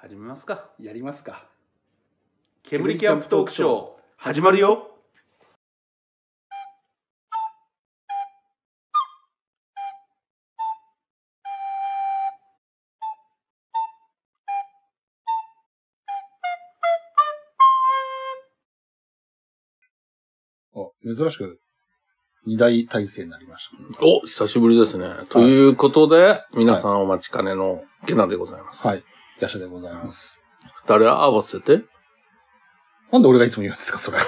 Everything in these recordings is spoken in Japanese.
始めますか。 やりますか。 煙キャンプトークショー始まるよ。 珍しく2大体制になりました。 お、久しぶりですね。ということで、皆さんお待ちかねのゲナでございます。 はい。ヤシャでございます。 二人合わせてなんで俺がいつも言うんですか、それ。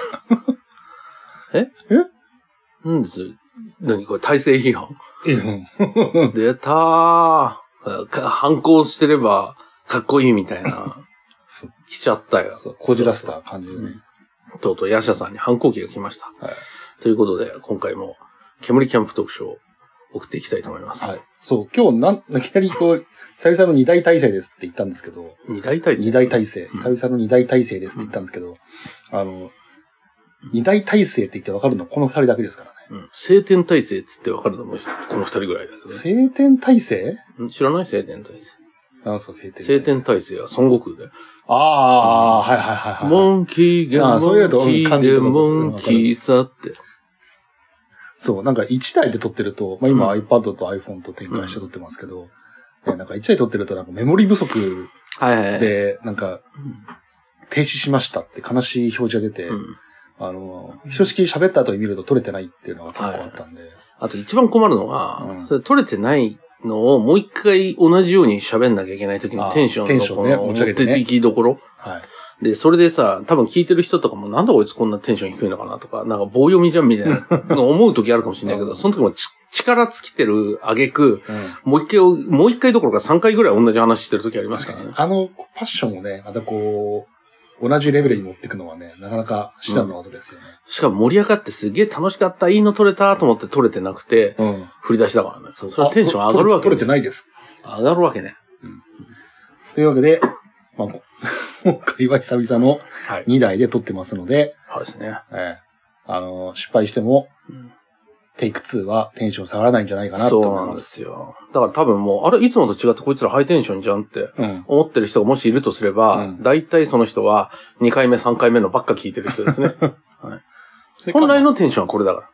なんです何これ、体制批判出たー。反抗してればかっこいいみたいな。来ちゃったよ。 そう、こじらせた感じでね。 とうとうヤシャさんに反抗期が来ました。はい。ということで、今回も煙キャンプ特集を送っていきたいと思います。はい。 そう、今日いきなりこう、久々の2大体制ですって言ったんですけど。 2大体制 ?2 大体制。久々の2大体制ですって言ったんですけど、2大体制って言って分かるのはこの2人だけですからね。 うん。晴天体制っつって分かるのもこの2人ぐらいだけどね。 晴天体制？ 知らない晴天体制。 そう、晴天体制は孫悟空で。 はいはいはいはい。 モンキーがモンキーでモンキーさって。 そう、なんか1台で撮ってると、まあ今 iPad と iPhone と展開して撮ってますけど、なんか1台撮ってるとなんかメモリ不足で、なんか、停止しましたって悲しい表示が出て、ひとしきり喋った後に見ると撮れてないっていうのが結構あったんで。 あと一番困るのが、それ撮れてないのをもう一回同じように喋んなきゃいけない時のテンションのこの持って的どころ。はい。で、それでさ、多分聞いてる人とかもなんでこいつこんなテンション低いのかなとか、なんか棒読みじゃんみたいなの思う時あるかもしれないけど、その時も力尽きてる挙句、もう一回どころか3回ぐらい同じ話してる時ありますからね。 パッションをね、またこう、同じレベルに持っていくのはね、なかなか至難の技ですよね。 しかも盛り上がってすげえ楽しかった、いいの撮れたと思って撮れてなくて、振り出しだからね。それはテンション上がるわけね。 撮れてないです。 上がるわけね。 というわけで、まあ、今回は久々の2台で撮ってますので、 そうですね。 失敗しても、テイク2はテンション下がらないんじゃないかなと思います。 そうなんですよ。だから多分もう、いつもと違ってこいつらハイテンションじゃんって思ってる人がもしいるとすれば、大体その人は2回目、3回目のばっか聞いてる人ですね。はい、本来のテンションはこれだから。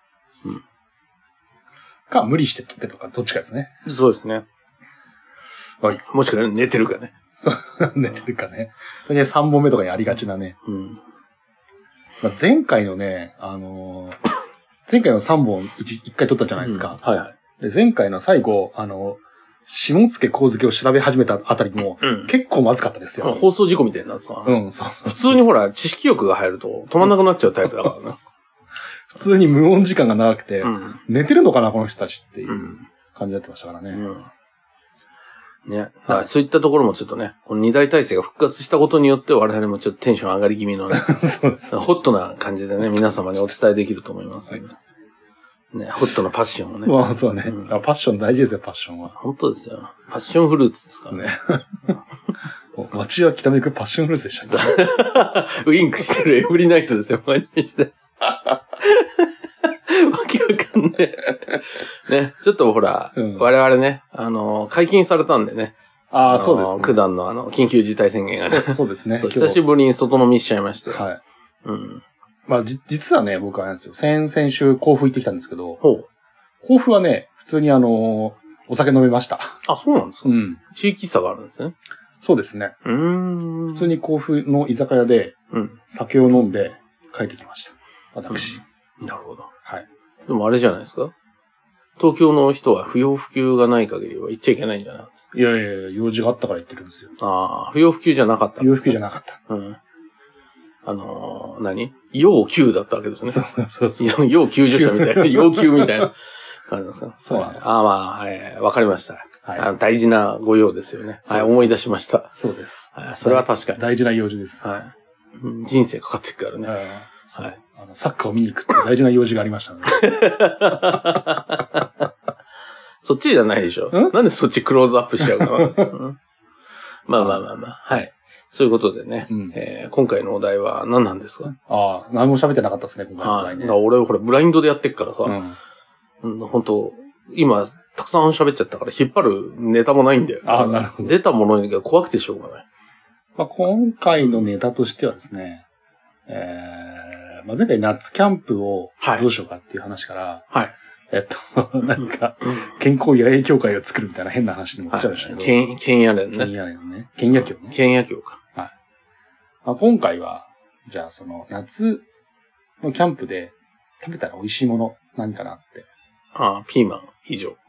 無理して撮ってとか、どっちかですね。 そうですね。はい。もしくは寝てるかね。 そう、寝てるかね。3本目とかにありがちなね。前回のね、前回の3本1回撮ったじゃないですか。はいはい。で前回の最後、下野光月を調べ始めたあたりも、結構まずかったですよ。 放送事故みたいなさ。そうそう。普通にほら、知識欲が入ると止まんなくなっちゃうタイプだからね。 普通に無音時間が長くて、寝てるのかな、この人たちっていう感じになってましたからね。ね。そういったところもちょっとね、この2大体制が復活したことによって我々もちょっとテンション上がり気味のね、そうですホットな感じでね、皆様にお伝えできると思います、ね。ね、ホットなパッションをね。 まあそうね、パッション大事ですよ、パッションは。 本当ですよ。パッションフルーツですからね。 街は北めくパッションフルーツでしたね。 ウインクしてるエブリナイトですよ、毎日で。わけわかんねえ。ね、ちょっとほら、我々ね、解禁されたんでね。 そうですね。 九段の緊急事態宣言がね。 そうですね。 久しぶりに外飲みしちゃいまして。 はい。まあ、実はね、僕はあれですよ。先週甲府行ってきたんですけど、甲府はね、普通にお酒飲めました。 そうなんですか。地域差があるんですね。 そうですね。普通に甲府の居酒屋で、酒を飲んで帰ってきました。私。 なるほど。 はい。 でもあれじゃないですか。東京の人は不要不急がない限りは行っちゃいけないんじゃないですか。 いや、用事があったから行ってるんですよ。 不要不急じゃなかった。 不要不急じゃなかった。 要急だったわけですね。 そう。 要救助者みたいな、要求みたいな感じですね。 そうなんです。 はい、わかりました。はい。大事なご用ですよね。はい、思い出しました。 そうです。 はい、それは確かに。 大事な用事です。 はい。人生かかっていくからね。はい。 サッカーを見に行くって大事な用事がありましたね。 そっちじゃないでしょ。なんでそっちクローズアップしちゃうのまあ。はい。そういうことでね、今回のお題は何なんですか？ 何も喋ってなかったですね、今回のお題ね。 俺、ほら、ブラインドでやってっからさ、本当今、たくさん喋っちゃったから引っ張るネタもないんだよ。 なるほど。 出たものが怖くてしょうがない。 まあ、今回のネタとしてはですね、まあ、前回夏キャンプをどうしようかっていう話から、 はい。 なんか、健康野営協会を作るみたいな変な話にも来ちゃいましたけど。 県野連ね。 県野連ね。県野協ね。 県野協か。 はい。まあ、今回は、じゃあその夏のキャンプで食べたら美味しいもの何かなって。 ああ、ピーマン以上。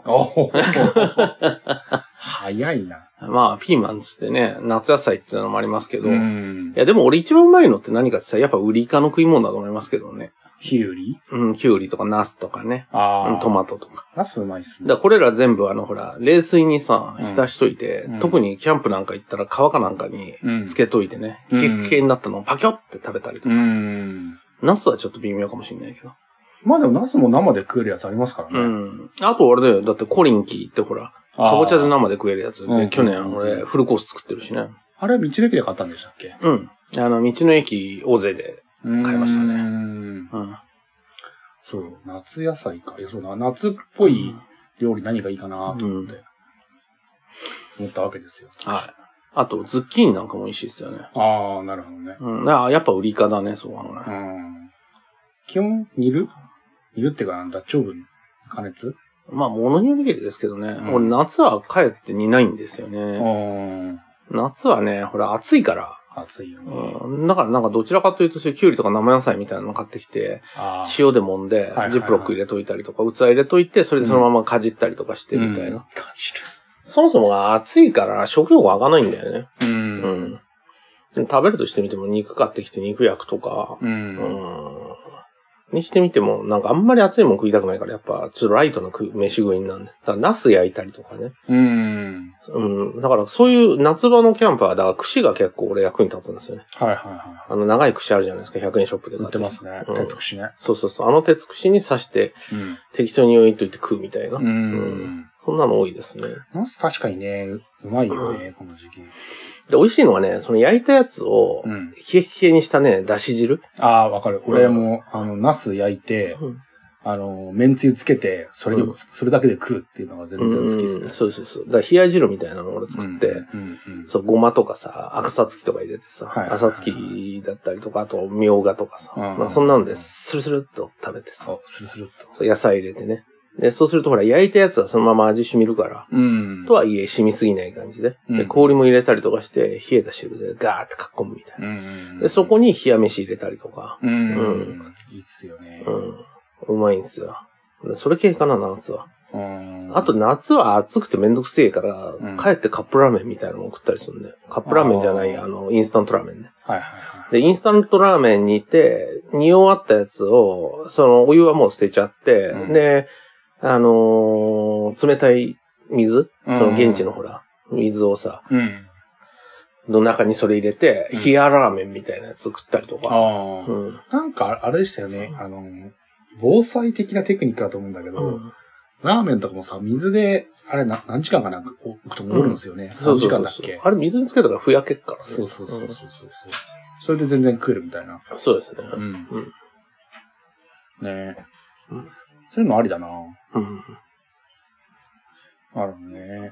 早いな。 まあ、ピーマンつってね、夏野菜っていうのもありますけど。いや、でも俺一番うまいのって何かってさ、やっぱウリ科の食い物だと思いますけどね。 キュウリ？ キュウリとかナスとかね。トマトとか。 ナスうまいっすね。 だからこれら全部ほら、冷水にさ、浸しといて、特にキャンプなんか行ったら皮かなんかにつけといてね、ヒッヒになったのをパキョって食べたりとか。ナスはちょっと微妙かもしれないけど。 まあでもナスも生で食えるやつありますからね。 あとあれだよ、だってコリンキーってほら、かぼちゃで生で食えるやつで、去年俺フルコース作ってるしね。 あれ道の駅で買ったんでしたっけ？ 道の駅大勢で買いましたね。 そう、夏野菜か。そうだ、夏っぽい料理何がいいかなと思って、思ったわけですよ。 はい。あと、ズッキーニなんかも美味しいですよね。 ああ、なるほどね。 やっぱウリ科だね、そう考える。 基本、煮るっていうか、ダッチオーブン加熱？ まあ、物によりけりですけどね。俺、夏は帰って煮ないんですよね。夏はね、ほら、暑いから。 暑いよね。 だからなんかどちらかというと、そういうキュウリとか生野菜みたいなの買ってきて、塩で揉んで、ジップロック入れといたりとか、器入れといて、それでそのままかじったりとかしてみたいな。 かじる。 そもそもが暑いから食欲湧かないんだよね。食べるとしてみても肉買ってきて肉焼くとか、にしてみても、なんかあんまり熱いもん食いたくないから、やっぱちょっとライトな飯食いになるんで。だからナス焼いたりとかね。だからそういう夏場のキャンプは、だから串が結構俺役に立つんですよね。長い串あるじゃないですか、100円ショップで買って。 売ってますね。鉄串ね。 そう。鉄串に刺して、適当に置いといて食うみたいな。そんなの多いですね。 ナス確かにね、うまいよね、この時期。 で、美味しいのはね、その焼いたやつを、冷え冷えにしたね、だし汁。 わかる。俺も、ナス焼いて、麺つゆつけて、それだけで食うっていうのが全然好きですね。 そう。だから冷や汁みたいなのを俺作って、そう、ごまとかさ、赤さつきとか入れてさ、朝つきだったりとか、あと、みょうがとかさ、そんなので、スルスルっと食べてさ、 スルスルっと。 そう、野菜入れてね。で、そうするとほら、焼いたやつはそのまま味染みるから、とはいえ染みすぎない感じで、で、氷も入れたりとかして、冷えた汁でガーってかっこむみたいな。で、そこに冷や飯入れたりとか。 いいっすよね。 うまいんすよ。それ系かな、夏は。あと夏は暑くてめんどくせえから、帰ってカップラーメンみたいなのも食ったりするんで。カップラーメンじゃない、インスタントラーメンね。で、インスタントラーメンにて、煮終わったやつを、そのお湯はもう捨てちゃって、で、冷たい水、その現地のほら、水をさ、の中にそれ入れて、冷やラーメンみたいなやつ食ったりとか。 なんか、あれでしたよね。防災的なテクニックだと思うんだけど、ラーメンとかもさ、水で、あれ何時間かなんか置くと戻るんですよね。3時間だっけ。 あれ水につけたからふやけっからね。 そう。それで全然食えるみたいな。 そうですね。 ねえ。そういうのありだな。あるね。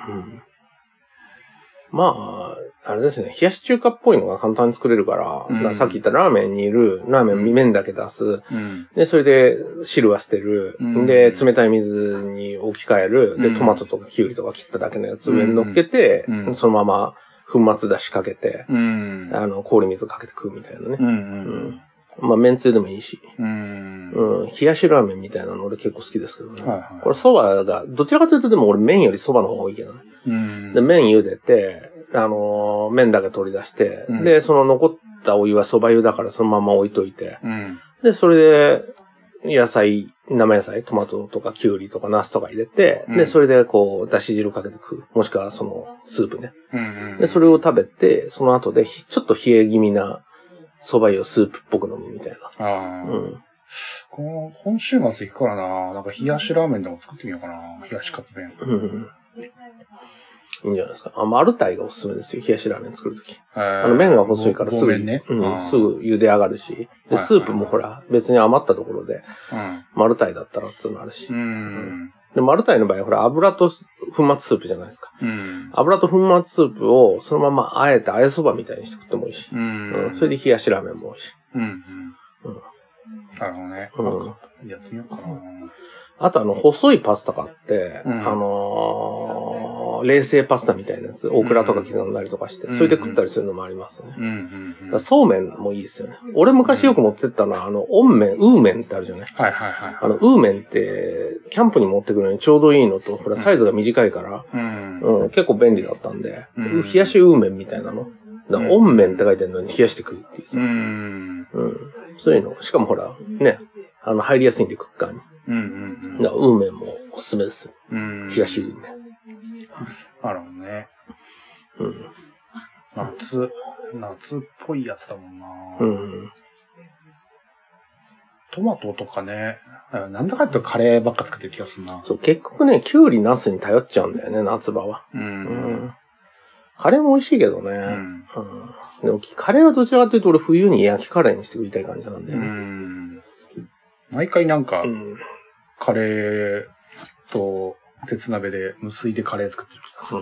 まあ、あれですね。冷やし中華っぽいのが簡単に作れるから、さっき言ったラーメンにいる、ラーメン麺だけ出す。で、それで汁は捨てる。で、冷たい水に置き換える。で、トマトとかキュウリとか切っただけのやつ上に乗っけて、そのまま粉末出しかけて、氷水かけて食うみたいなね。まあ、麺つゆでもいいし。冷やしラーメンみたいなの俺結構好きですけどね。これ蕎麦が、どちらかというとでも俺麺より蕎麦の方が多いけどね。で、麺茹でて、麺だけ取り出して、で、その残ったお湯は蕎麦湯だからそのまま置いといて、で、それで、生野菜、トマトとかキュウリとかナスとか入れて、で、それでこう、だし汁かけて食う。もしくはその、スープね。で、それを食べて、その後で、ちょっと冷え気味な蕎麦湯をスープっぽく飲むみたいな。 今週末行くからな、なんか冷やしラーメンでも作ってみようかな。冷やしカップ麺。 いいんじゃないですか。マルタイがおすすめですよ。冷やしラーメン作るとき。麺が細いからすぐ茹で上がるし。で、スープもほら、別に余ったところで、マルタイだったらっていうのあるし。 で、マルタイの場合は、ほら、油と粉末スープじゃないですか。油と粉末スープをそのままあえて、あえそばみたいにして食ってもいいし。それで冷やしラーメンもいいし。 なるほどね。やってみようかな。 あと細いパスタ買って、冷製パスタみたいなやつ、オクラとか刻んだりとかして、それで食ったりするのもありますね。そうめんもいいですよね。俺昔よく持ってったのは、温麺、ウー麺ってあるじゃない。ウー麺って、キャンプに持ってくるのにちょうどいいのと、ほら、サイズが短いから、結構便利だったんで、冷やしウー麺みたいなの。温麺って書いてるのに冷やして食うっていうさ。そういうの。しかもほら、ね、入りやすいんで、クッカーに。ウー麺もおすすめですよ。冷やしウー麺。 なるほどね。夏っぽいやつだもんな。トマトとかね、なんだかってカレーばっか作ってる気がするな。 そう、結局ね、キュウリ、ナスに頼っちゃうんだよね、夏場は。カレーも美味しいけどね。でも、カレーはどちらかというと俺冬に焼きカレーにして食いたい感じなんだよね。 毎回なんか、カレーと鉄鍋で無水でカレー作ってる気がする。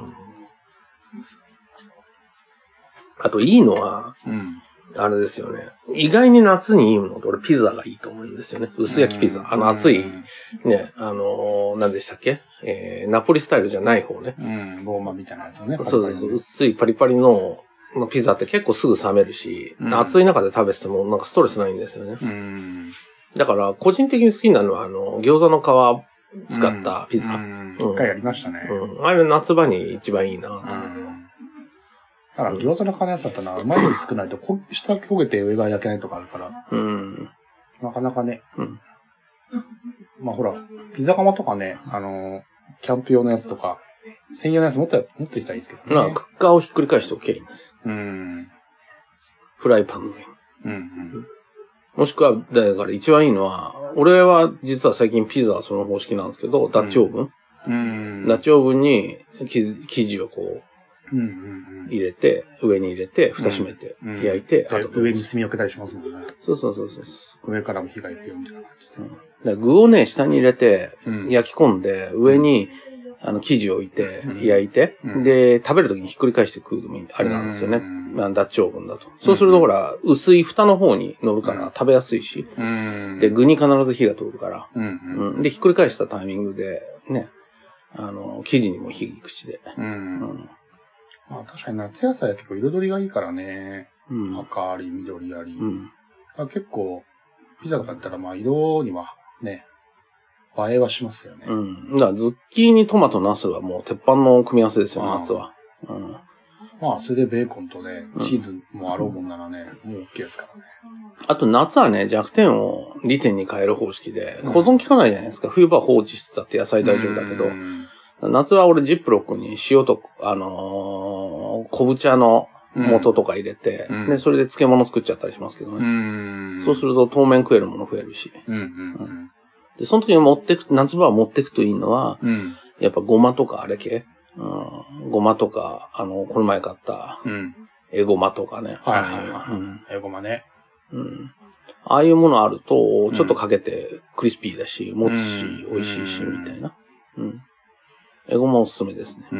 あといいのは、あれですよね。意外に夏にいいものって俺ピザがいいと思うんですよね。薄焼きピザ。熱い、ね、何でしたっけナポリスタイルじゃない方ね。 ローマみたいなやつをね。 そうそう、薄いパリパリのピザって結構すぐ冷めるし、暑い中で食べててもなんかストレスないんですよね。だから、個人的に好きなのは、餃子の皮使ったピザ。 一回やりましたね。 あれ夏場に一番いいなと思う。 だから餃子の皮のやつだったら、うまいより少ないと、下焦げて上が焼けないとかあるから。なかなかね。まあほら、ピザ窯とかね、キャンプ用のやつとか、専用のやつ持っていたらいいですけどね。 クッカーをひっくり返しておけばいいんですよ。フライパンの上に。もしくは、だから一番いいのは、俺は実は最近ピザはその方式なんですけど、ダッチオーブン。ダッチオーブンに生地をこう、入れて、上に入れて、蓋閉めて、焼いて、 あと上に炭を置けたりしますもんね。 そう。 上からも火が行くよみたいな感じで。具をね、下に入れて、焼き込んで、上に、生地を置いて、焼いて、で、食べるときにひっくり返して食うのもあれなんですよね。ダッチオーブンだと。そうするとほら、薄い蓋の方に乗るから食べやすいし、で、具に必ず火が通るから、で、ひっくり返したタイミングで、ね、生地にも火が口で。 まあ確かに夏野菜は結構彩りがいいからね。赤あり、緑あり。結構、ピザとかだったらまあ色にはね、映えはしますよね。 だからズッキーニ、トマト、ナスはもう鉄板の組み合わせですよ、夏は。 まあ、それでベーコンとね、チーズもあろうもんならね、もう OK ですからね。 あと夏はね、弱点を利点に変える方式で、保存効かないじゃないですか。冬場放置してたって野菜大丈夫だけど、夏は俺ジップロックに塩と、昆布茶の素とか入れて、で、それで漬物作っちゃったりしますけどね。そうすると当面食えるもの増えるし。で、その時に夏場は持ってくといいのは、やっぱごまとかあれ系、ごまとか、この前買った、エゴマとかね。 エゴマね。 ああいうものあると、ちょっとかけてクリスピーだし、持つし、美味しいし、みたいな。エゴマおすすめですね。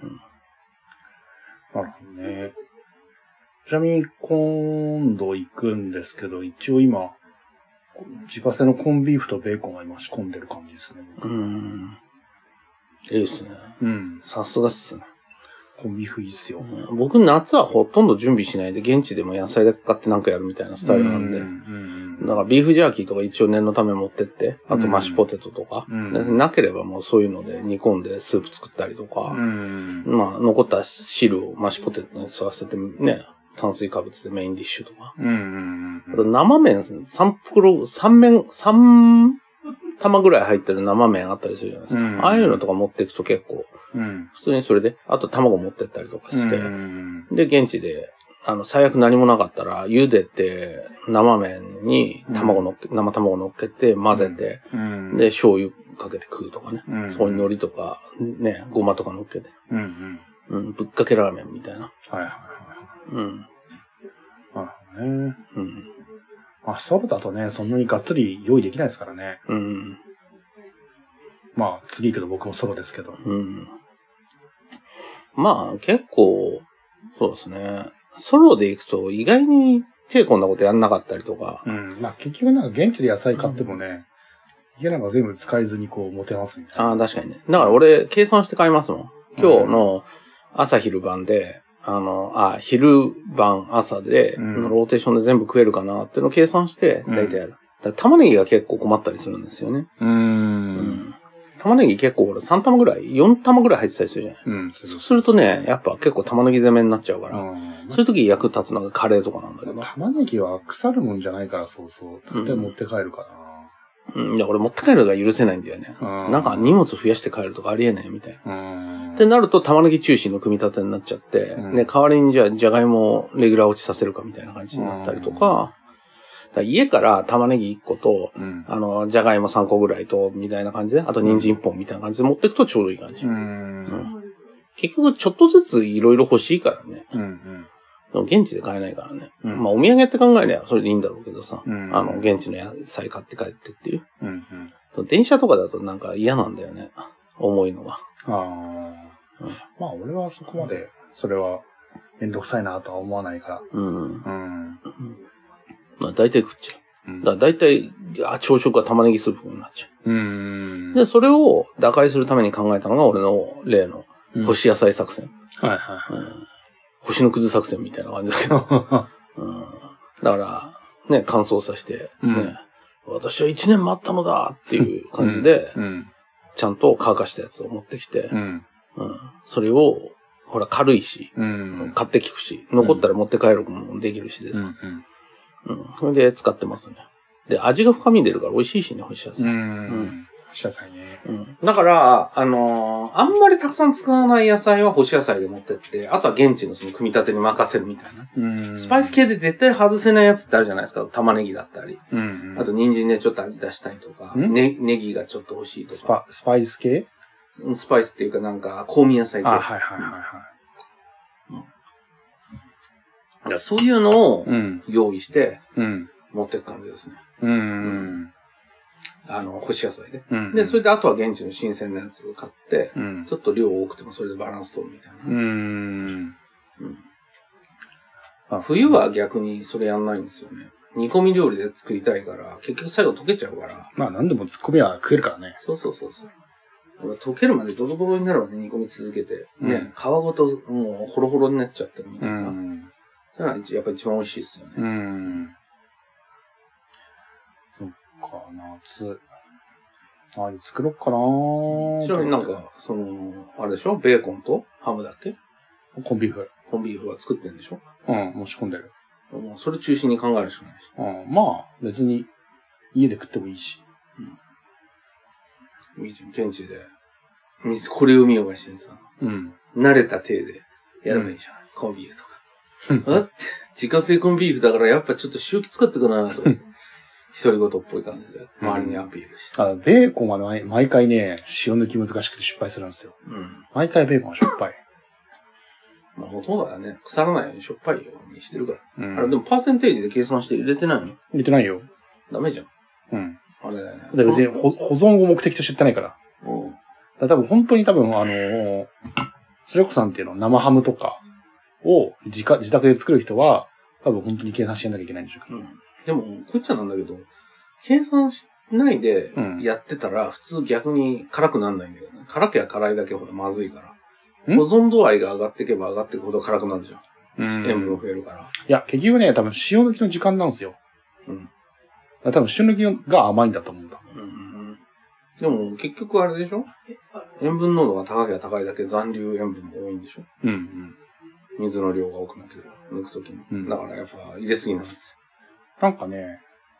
なるほどね。ちなみに今度行くんですけど、一応今、自家製のコンビーフとベーコンが今仕込んでる感じですね。 いいですね。さすがっすね。 コンビーフいいっすよ。 僕夏はほとんど準備しないで、現地でも野菜で買ってなんかやるみたいなスタイルなんで。だからビーフジャーキーとか一応念のため持ってって、あとマッシュポテトとか。なければもうそういうので煮込んでスープ作ったりとか。まあ残った汁をマッシュポテトに吸わせてね、炭水化物でメインディッシュとか。あと生麺3玉ぐらい入ってる生麺あったりするじゃないですか。ああいうのとか持っていくと結構、普通にそれで、あと卵持ってったりとかして、で、現地で、最悪何もなかったら、茹でて、生麺に生卵乗っけて、混ぜて、で、醤油かけて食うとかね。そこに海苔とか、ね、ごまとか乗っけて。ぶっかけラーメンみたいな。 なるほどね。まあ、ソルだとね、そんなにがっつり用意できないですからね。 まあ、次行くと僕もソロですけど。 うん。まあ、結構、そうですね。ソロで行くと意外に手込んだことやんなかったりとか。 うん。まあ、結局なんか現地で野菜買ってもね、家なんか全部使えずにこう持てますみたいな。 ああ、確かにね。だから俺、計算して買いますもん。今日の朝昼晩で、昼晩朝で、ローテーションで全部食えるかなっていうのを計算して、大体やる。だ玉ねぎが結構困ったりするんですよね。玉ねぎ結構ほら3玉ぐらい、4玉ぐらい入ってたりするじゃない。そうするとね、やっぱ結構玉ねぎ攻めになっちゃうから、そういう時役立つのがカレーとかなんだけど。 玉ねぎは腐るもんじゃないからそうそう。大体持って帰るからな。いや、俺持って帰るのが許せないんだよね。なんか荷物増やして帰るとかありえないみたいな。ってなると玉ねぎ中心の組み立てになっちゃって、ね、代わりにじゃがいもをレギュラー落ちさせるかみたいな感じになったりとか、家から玉ねぎ1個と、じゃがいも3個ぐらいと、みたいな感じで、あと人参1本みたいな感じで持っていくとちょうどいい感じ。結局、ちょっとずついろいろ欲しいからね。現地で買えないからね。まあ、お土産って考えればそれでいいんだろうけどさ、現地の野菜買って帰ってっていう。電車とかだとなんか嫌なんだよね。重いのが。 まあ、俺はそこまで、それは、めんどくさいなとは思わないから。 まあ、大体食っちゃう。だから大体、朝食は玉ねぎスープになっちゃう。で、それを打開するために考えたのが俺の例の干し野菜作戦。干しのくず作戦みたいな感じだけど。だから、ね、乾燥させて、ね、私は1年待ったのだっていう感じで、ちゃんと乾かしたやつを持ってきて、それを、ほら、軽いし、買ってきくし、残ったら持って帰ることもできるしでさ。それで使ってますね。で、味が深み出るから美味しいしね、干し野菜。 干し野菜ね。 だから、あんまりたくさん使わない野菜は干し野菜で持ってって、あとは現地のその組み立てに任せるみたいな。スパイス系で絶対外せないやつってあるじゃないですか。玉ねぎだったり。あと人参でちょっと味出したいとか、ネギがちょっと欲しいとか。 スパイス系？ スパイスっていうかなんか、香味野菜系。そういうのを用意して、持っていく感じですね。干し野菜で。で、それであとは現地の新鮮なやつを買って、ちょっと量多くてもそれでバランス取るみたいな。冬は逆にそれやんないんですよね。煮込み料理で作りたいから、結局最後溶けちゃうから。 まあ何でも突っ込みは食えるからね。 そう。溶けるまでドロドロになるまで煮込み続けて、ね、皮ごともうホロホロになっちゃってるみたいな。それはやっぱり一番美味しいですよね。 そっか、夏。作ろっかな。 ちなみになんか、あれでしょ？ベーコンとハムだっけ？ コンビーフ。 コンビーフは作ってんでしょ？ もう仕込んでる。 もうそれ中心に考えるしかないし。 まあ、別に家で食ってもいいし。 いいじゃん、現地で。これを見よがしてさ。慣れた体でやればいいじゃん。コンビーフとか。自家製コンビーフだからやっぱちょっと塩気使ってくなと。独り言っぽい感じで周りにアピールして。 ベーコンは毎回ね、塩抜き難しくて失敗するんですよ。毎回ベーコンはしょっぱい。 まあほとんどだよね。腐らないようにしょっぱいようにしてるから。あれでもパーセンテージで計算して入れてないの？入れてないよ。 ダメじゃん。あれ。 だ別に保存を目的として言ってないから。多分本当にそれこさんっていうの生ハムとかを自宅で作る人は多分本当に計算してやんなきゃいけないんでしょうけど。でも、 こっちはなんだけど、計算しないでやってたら普通逆に辛くなんないんだよね。辛ければ辛いだけほどまずいから。保存度合いが上がっていけば上がっていくほど辛くなるじゃん。塩分増えるから。 いや、結局ね、多分塩抜きの時間なんですよ。多分塩抜きが甘いんだと思うんだ。 でも結局あれでしょ？塩分濃度が高ければ高いだけ残留塩分も多いんでしょ？水の量が多くなってくる。抜くときに。だからやっぱ入れすぎなんですよ。 なんかね、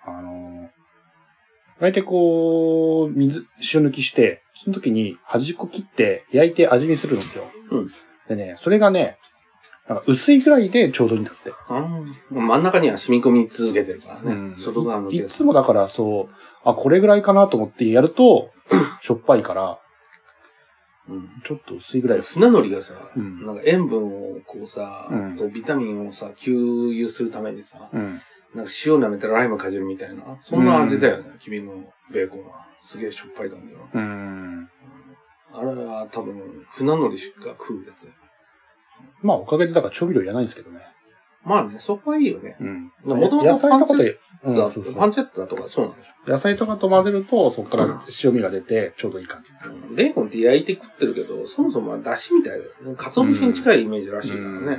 大体こう、塩抜きして、その時に端っこ切って焼いて味見するんですよ。でね、それがね、なんか薄いぐらいでちょうどいいんだって。 真ん中には染み込み続けてるからね。外側のいつもだからそう、これぐらいかなと思ってやると、しょっぱいから、ちょっと薄いぐらい。 船海苔がさ、なんか塩分をこうさ、とビタミンをさ、吸油するためにさ、なんか塩舐めてライムかじるみたいな、そんな味だよね、君のベーコンは。すげえしょっぱい感じの。 あれは多分、船乗りしか食うやつ。 まあ、おかげでだから調味料いらないんですけどね。 まあね、そこはいいよね。 うん。 もともとパンチェッタとかそうなんでしょ。 野菜とかと混ぜると、そこから塩味が出て、ちょうどいい感じになる。 ベーコンって焼いて食ってるけど、そもそもは出汁みたいだよね。鰹節に近いイメージらしいからね。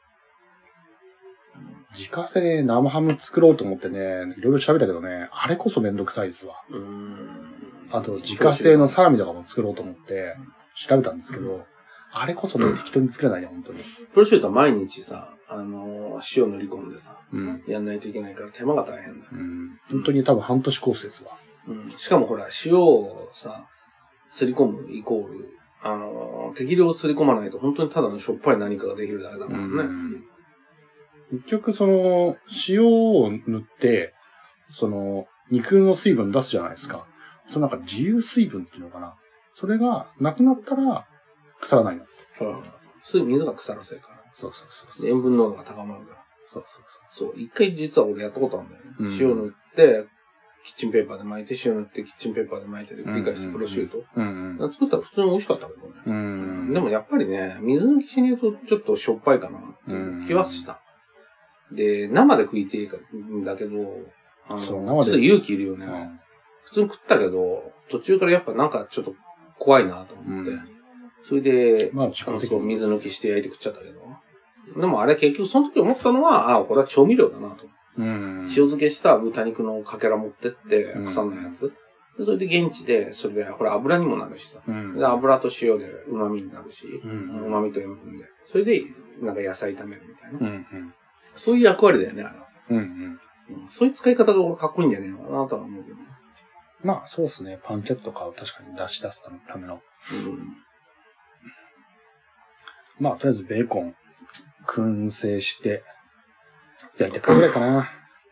自家製生ハム作ろうと思ってね、いろいろ調べたけどね、あれこそめんどくさいですわ。あと、自家製のサラミとかも作ろうと思って、調べたんですけど、あれこそね、適当に作れないね、本当に。 プロシュートは毎日さ、塩塗り込んでさ、やんないといけないから手間が大変だ。 本当に多分半年コースですわ。 しかもほら、塩をさ、すり込むイコール、適量すり込まないと本当にただのしょっぱい何かができるだけだからね。 結局、塩を塗って、肉の水分出すじゃないですか。なんか自由水分っていうのかな。それがなくなったら腐らないの。 そういう水が腐らせるから。 そう。 塩分濃度が高まるから。そう。一回実は俺やったことあるんだよね。塩塗って、キッチンペーパーで巻いて、塩塗って、キッチンペーパーで巻いて、繰り返してプロシュート。作ったら普通に美味しかったけどね。でもやっぱりね、水抜きしに言うとちょっとしょっぱいかなっていう気はした。で、生で食いていいんだけど、ちょっと勇気いるよね。普通に食ったけど、途中からやっぱなんかちょっと怖いなと思って。それで、水抜きして焼いて食っちゃったけど。でもあれ結局その時思ったのは、これは調味料だなと。塩漬けした豚肉のかけら持ってって、腐んないやつ。でそれで現地で、それで、ほら油にもなるしさ。で油と塩で旨味になるし、旨味と塩分で。それで、なんか野菜炒めるみたいな。そういう役割だよね、あれは。そういう使い方がかっこいいんじゃねえのかなとは思うけど。 まあ、そうですね。パンチェットとかを確かに出し出すための。まあ、とりあえずベーコン、燻製して、焼いてくるぐらいかな。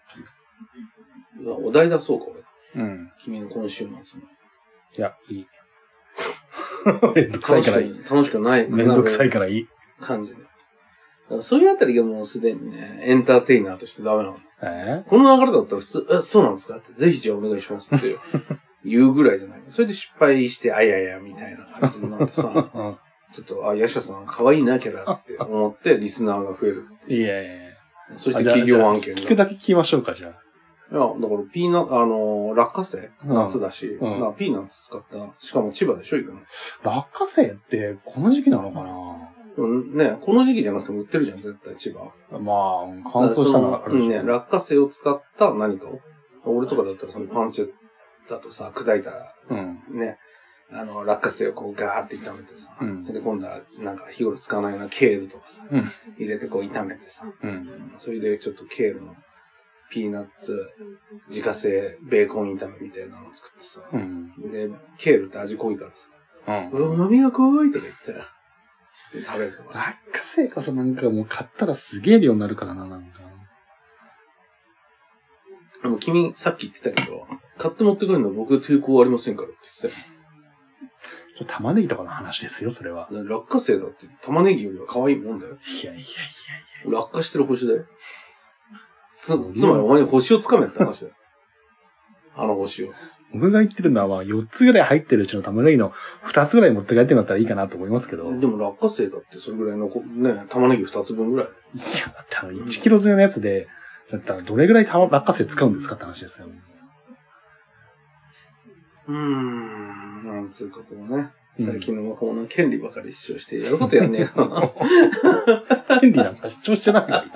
お題出そうか、俺。君の今週末の。 いや、いい。めんどくさいからいい。 楽しくない。 めんどくさいからいい。 感じで。そういうあたりがもうすでにね、エンターテイナーとしてダメなの。この流れだったら普通、そうなんですかって、ぜひじゃあお願いしますって言うぐらいじゃない。それで失敗して、あややみたいな感じになってさ、ちょっと、ヤシャさん可愛いなキャラって思って、リスナーが増えるっていう。 いや。 そして企業案件聞くだけ聞きましょうか、じゃあ。 いや、だからピーナッツ、落花生夏だし、ピーナッツ使った、しかも千葉でしょ、行くの。 落花生ってこの時期なのかなね、この時期じゃなくても売ってるじゃん、絶対千葉。 まあ、乾燥したのがあるでしょ。 ね、落花生を使った何かを。俺とかだったらそのパンチェッタとさ、砕いた、ね、落花生をこうガーって炒めてさ、で、今度はなんか日頃使わないようなケールとかさ、入れてこう炒めてさ、それでちょっとケールのピーナッツ、自家製ベーコン炒めみたいなのを作ってさ、で、ケールって味濃いからさ、旨味が濃いとか言って、食べるとか。 落花生こそなんかもう買ったらすげえ量になるからな、なんか。 君、さっき言ってたけど、買って持ってくるのは僕抵抗ありませんからって言ってたよ。 それ玉ねぎとかの話ですよ、それは。 落花生だって玉ねぎよりは可愛いもんだよ。 いや。 落下してる星だよ。つまりお前に星をつかめって話だよ。あの星を。 僕が言ってるのは、4つぐらい入ってるうちの玉ねぎの2つぐらい持って帰ってんだったらいいかなと思いますけど。 でも落花生だってそれぐらいのね、玉ねぎ2つ分ぐらい。いや、だって1キロ詰めのやつで、だったらどれぐらい落花生使うんですかって話ですよ。 なんつうかこうね、最近の若者は権利ばかり主張してやることやんねえかな。 権利なんか主張してないのに。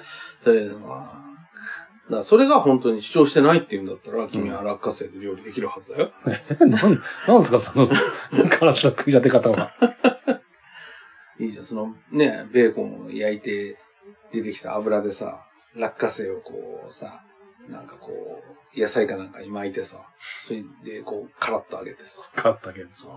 それが本当に主張してないって言うんだったら、君は落花生で料理できるはずだよ。 なんすか、その、体の組み立て方は。 いいじゃん、そのね、ベーコンを焼いて出てきた油でさ、落花生をこうさ、なんかこう、野菜かなんかに巻いてさ、それでこう、カラッと揚げてさ。 カラッと揚げる。 そう。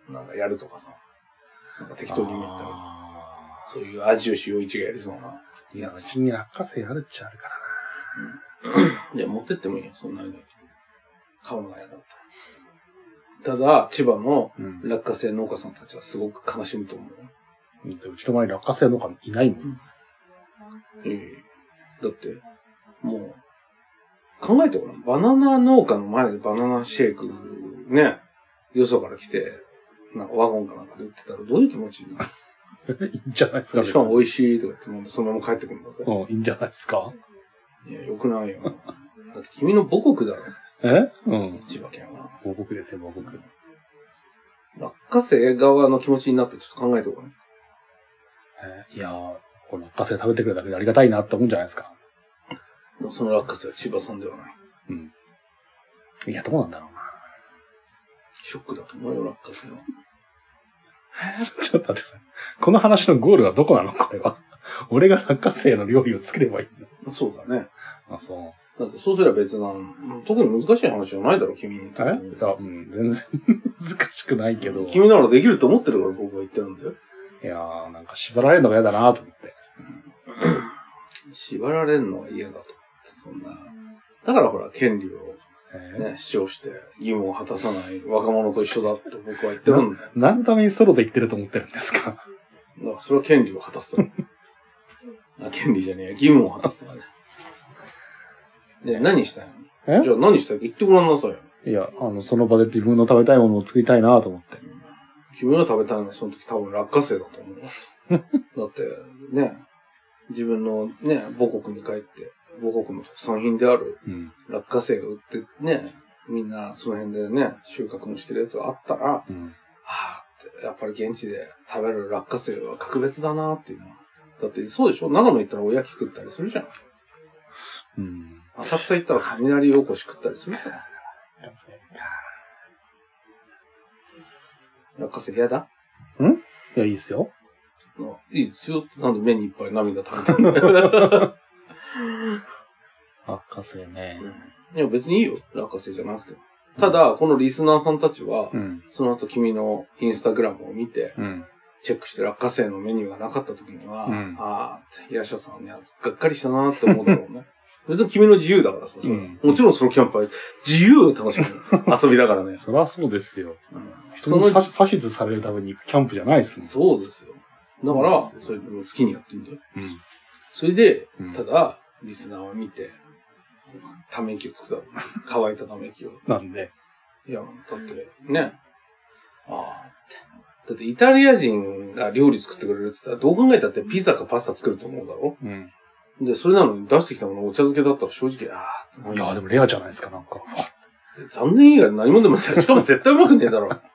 なんかやるとかさ。なんか適当に言ったら、そういう味吉陽一がやりそうな。 いや、うちに落花生あるっちゃあるからな。 いや、持ってってもいいよ、そんなに。買うのが嫌だったら。ただ、千葉の落花生農家さんたちはすごく悲しむと思う。 うちの周り落花生農家いないもん。 だって、もう、考えてごらん。バナナ農家の前でバナナシェイク、ね、よそから来て、 なんかワゴンかなんかで売ってたらどういう気持ちになる？いいんじゃないですか。 しかも美味しいとか言って飲んでそのまま帰ってくるんだぜ。 いいんじゃないですか。 いや、よくないよ。だって君の母国だろ。千葉県は。 母国ですよ、母国。 落花生側の気持ちになってちょっと考えておこうね。 いやー、この落花生食べてくれるだけでありがたいなって思うんじゃないですか。 でもその落花生は千葉さんではない。 いや、どうなんだろうな。 ショックだと思うよ、落花生は。 ちょっと待ってください。この話のゴールはどこなのこれは。俺が落花生の料理を作ればいいの？そうだね。 そう。 だってそうすれば別なの。特に難しい話じゃないだろ、君に。 全然難しくないけど。 君ならできると思ってるから僕は言ってるんだよ。 いやー、なんか縛られるのが嫌だなと思って。 縛られるのが嫌だと。そんな。だからほら、権利を、主張して義務を果たさない若者と一緒だって僕は言ってるんだよ。 何のためにソロで言ってると思ってるんですか？ だからそれは権利を果たすと。権利じゃねえや、義務を果たすとかね。で、何したいの？じゃあ何したいか言ってごらんなさいよ。 いや、その場で自分の食べたいものを作りたいなと思って。 君が食べたいのはその時多分落花生だと思う。だって、ね、自分のね、母国に帰って、母国の特産品である落花生が売ってね、みんなその辺でね、収穫もしてるやつがあったら、はぁって、やっぱり現地で食べる落花生は格別だなっていうのは。だってそうでしょ？長野行ったらおやき食ったりするじゃん。浅草行ったら雷おこし食ったりするじゃん。落花生嫌だ？ いや、いいっすよ。 いいですよ。なんで目にいっぱい涙垂れてるんだよ。 落花生ね。 いや、別にいいよ。落花生じゃなくても。ただ、このリスナーさんたちは、その後君のインスタグラムを見て、チェックして落花生のメニューがなかった時には、あーって、いらっしゃさんね、がっかりしたなって思うだろうね。別に君の自由だからさ、もちろんそのキャンプは自由を楽しむ遊びだからね。 そりゃそうですよ。人に指図されるために行くキャンプじゃないですね。 そうですよ。だから、それ好きにやってんだよ。それで、ただ、リスナーは見て、ため息をつくだろう。乾いたため息を。 なんで？ いや、だって、ね。だってイタリア人が料理作ってくれるって言ったら、どう考えたってピザかパスタ作ると思うだろ？で、それなのに出してきたものお茶漬けだったら正直、 いや、でもレアじゃないですか、なんか。 残念以外何もでもない。しかも絶対うまくねえだろ。だ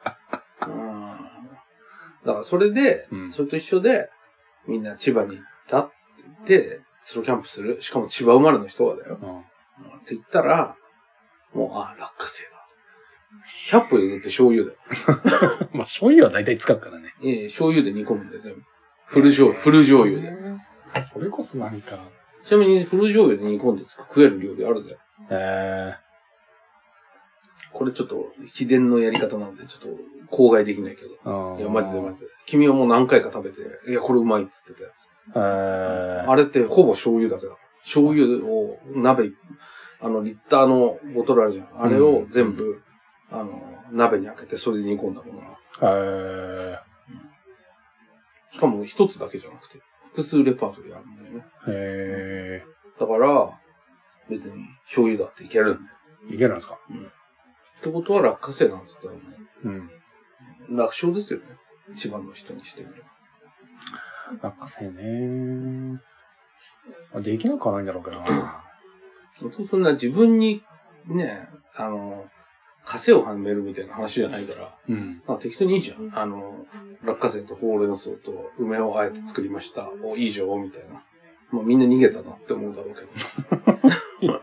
からそれで、それと一緒で、みんな千葉に行ったって言って、ソロキャンプする。しかも千葉生まれの人がだよ。って言ったら、もう、落花生だ。100歩譲って醤油だよ。 まあ、醤油は大体使うからね。 醤油で煮込むんだよ、全部。フル醤油で。 それこそ何か。 ちなみに、フル醤油で煮込んで食える料理あるぜ。これちょっと、秘伝のやり方なんで、ちょっと、口外できないけど。いや、マジで。君はもう何回か食べて、いや、これうまいっつってたやつ。あれってほぼ醤油だけだ。醤油を鍋、リッターのボトルあるじゃん。あれを全部、鍋に開けて、それで煮込んだもの。しかも一つだけじゃなくて、複数レパートリーあるんだよね。だから、別に醤油だっていけるんだよ。 いけるんですか？ ってことは落花生なんつったらね。楽勝ですよね。千葉の人にしてみれば。落花生ね。できなくはないんだろうけどな。 そんな自分にね、枷をはめるみたいな話じゃないから、適当にいいじゃん。落花生とほうれん草と梅をあえて作りました。いいじゃん、みたいな。まあみんな逃げたなって思うだろうけど。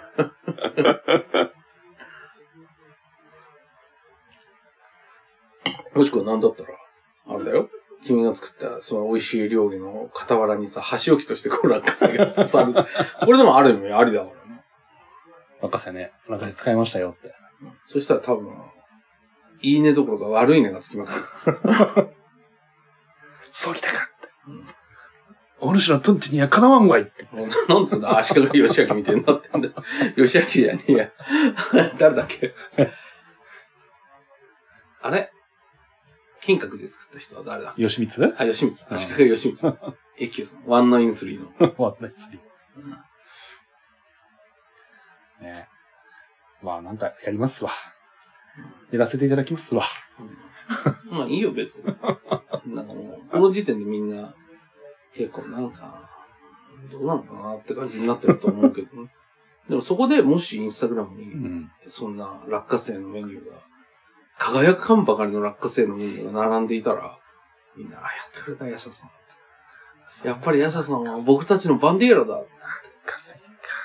もしくは何だったら、あれだよ。君が作ったその美味しい料理の傍らにさ、箸置きとしてこう落花生が刺さる。これでもある意味ありだからね。 落花生ね。落花生使いましたよって。 そしたら多分、いいねどころか悪いねがつきまくる。 そうきたかって。お主のトンチにはかなわんわいって。 なんつうんだ、足利義明みたいになってんだ。義明じゃねえや。誰だっけあれ金閣で作った人は誰だっけ？ 義満？ 義満。足利義満。永久さん。193の。 193。ねまあなんかやりますわ。やらせていただきますわ。 まあいいよ、別に。なんかもう、この時点でみんな、結構なんか、どうなのかなって感じになってると思うけどね。でもそこでもしインスタグラムに、そんな落花生のメニューが、輝くかんばかりの落花生のメニューが並んでいたら、みんな、やってくれた、ヤシャさん。やっぱりヤシャさんは僕たちのバンディーラだ。落花生か。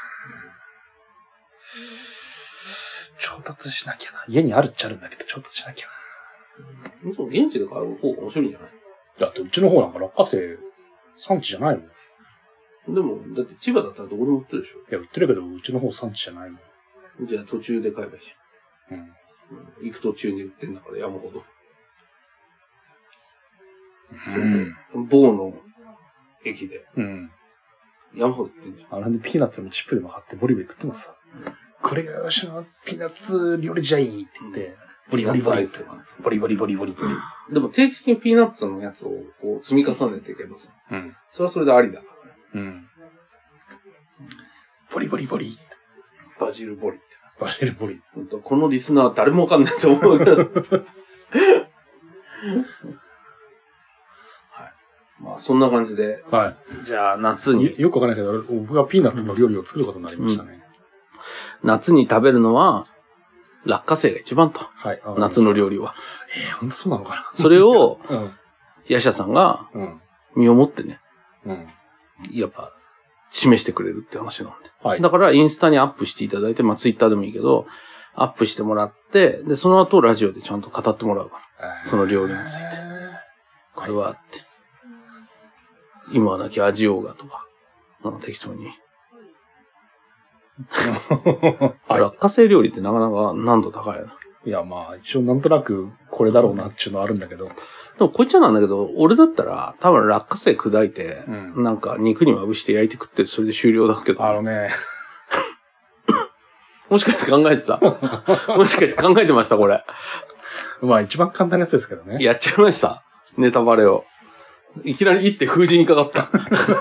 調達しなきゃな。家にあるっちゃあるんだけど、調達しなきゃな。そう、現地で買う方が面白いんじゃない？ だってうちの方なんか落花生産地じゃないもん。でも、だって千葉だったらどこでも売ってるでしょ。 いや、売ってるけど、うちの方産地じゃないもん。 じゃあ途中で買えばいいじゃん。行く途中に売ってんだから山ほど。某の駅で。山ほど売ってんじゃん。 なんでピーナッツのチップでも買ってボリボリ食ってますさ。これがわしのピーナッツ料理じゃいって言って、ボリボリボリって。ボリボリボリボリって。 でも定期的にピーナッツのやつをこう積み重ねていけばさ。それはそれでありだからね。 ボリボリボリ。 バジルボリって。 バジルボリ。 本当このリスナー誰もわかんないと思うけど。はい。まあそんな感じで。 はい。 じゃあ夏に。 よくわかんないけど、僕がピーナッツの料理を作ることになりましたね。 夏に食べるのは、落花生が一番と。 はい。 夏の料理は。 ほんとそうなのかな。 それを、ヤシャさんが、身をもってね、やっぱ、示してくれるって話なんで。はい。だから、インスタにアップしていただいて、まあ、ツイッターでもいいけど、アップしてもらって、で、その後、ラジオでちゃんと語ってもらうから。その料理について。これはって。今はなき味王がとか、適当に。落花生料理ってなかなか難度高いな。 いや、まあ、一応なんとなくこれだろうなっていうのはあるんだけど。でも、こいつなんだけど、俺だったら、多分落花生砕いて、なんか肉にまぶして焼いて食ってそれで終了だけど。もしかして考えてたもしかして考えてましたこれ。 まあ、一番簡単なやつですけどね。 やっちゃいました。ネタバレを。いきなり行って封じにかかった。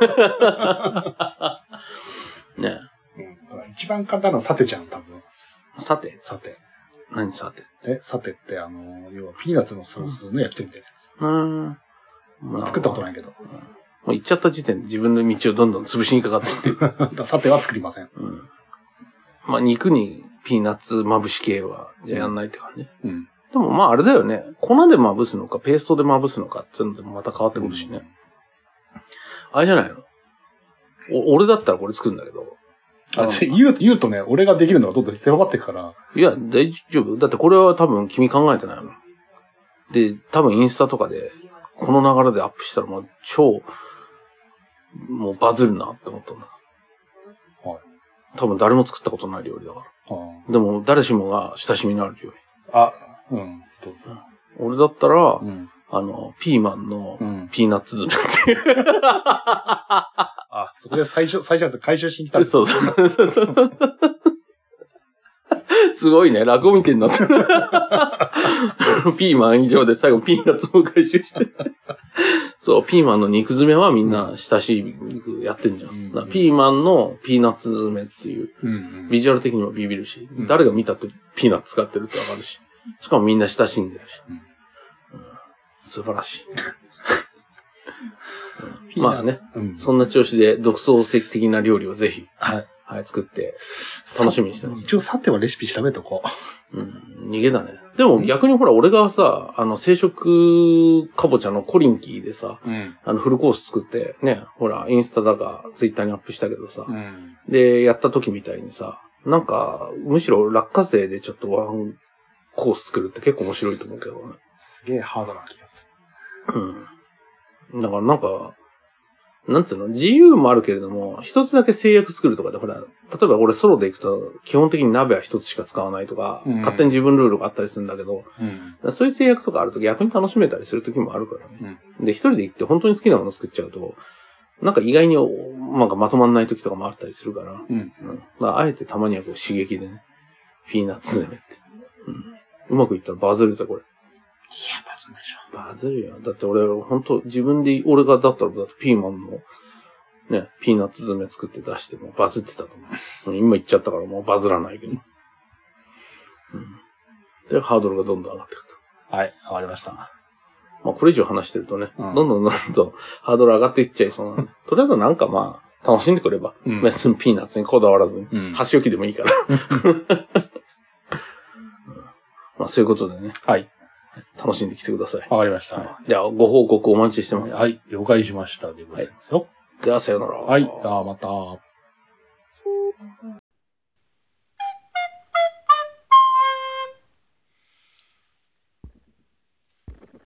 ねえ。一番簡単なのはサテじゃん、多分。 サテ？ サテ。 何サテ？ サテって要はピーナッツのソースの焼き鳥みたいなやつ。作ったことないけど。もう行っちゃった時点で自分の道をどんどん潰しにかかっていって。 サテは作りません。 まあ肉にピーナッツまぶし系はじゃやんないって感じ。でもまああれだよね。粉でまぶすのかペーストでまぶすのかっていうのでもまた変わってくるしね。あれじゃないの？俺だったらこれ作るんだけど。 言うとね、俺ができるのがどんどん狭まっていくから。 いや、大丈夫。だってこれは多分君考えてないもん。で、多分インスタとかで、この流れでアップしたらもうもうバズるなって思ったんだ。はい。多分誰も作ったことない料理だから。でも誰しもが親しみのある料理。 どうぞ。 俺だったら、ピーマンのピーナッツ詰めっていう。 そこで最初回収しに来たんですそう。すごいね、落語みたいになってる。ピーマン以上で最後ピーナッツも回収して。そう、ピーマンの肉詰めはみんな親しい肉やってんじゃん。ピーマンのピーナッツ詰めっていう、ビジュアル的にもビビるし、誰が見たってピーナッツ使ってるってわかるし、しかもみんな親しんでるし。素晴らしい。まあね、そんな調子で独創的な料理をぜひ、作って楽しみにしてます。 一応サテはレシピ調べとこう。逃げだね。でも逆にほら、俺がさ、生食かぼちゃのコリンキーでさ、フルコース作って、ね、ほら、インスタだかツイッターにアップしたけどさ、で、やった時みたいにさ、なんか、むしろ落花生でちょっとワンコース作るって結構面白いと思うけどね。 すげえハードな気がする。だからなんか、なんつうの、自由もあるけれども、一つだけ制約作るとかで、ほら、例えば俺ソロで行くと、基本的に鍋は一つしか使わないとか、勝手に自分ルールがあったりするんだけど、そういう制約とかあると逆に楽しめたりする時もあるからね。で、一人で行って本当に好きなもの作っちゃうと、なんか意外になんかまとまんない時とかもあったりするから、だからあえてたまにはこう刺激でね、ピーナッツ攻めって。うまくいったらバズるぜ、これ。 いや、バズるでしょ。 バズるよ。だって俺、本当自分で、俺がだったら、だってピーマンの、ね、ピーナッツ詰め作って出してもバズってたと思う。今言っちゃったからもうバズらないけど。で、ハードルがどんどん上がっていくと。 はい、わかりました。 まあ、これ以上話してるとね、どんどんハードル上がっていっちゃいそうな。とりあえずなんかまあ、楽しんでくれば。別にピーナッツにこだわらずに。箸置きでもいいから。まあ、そういうことでね。 はい。 楽しんできてください。 わかりました。 じゃあ、ご報告お待ちしてます。 はい、了解しました。でございますよ。 では、さよなら。 はい、また。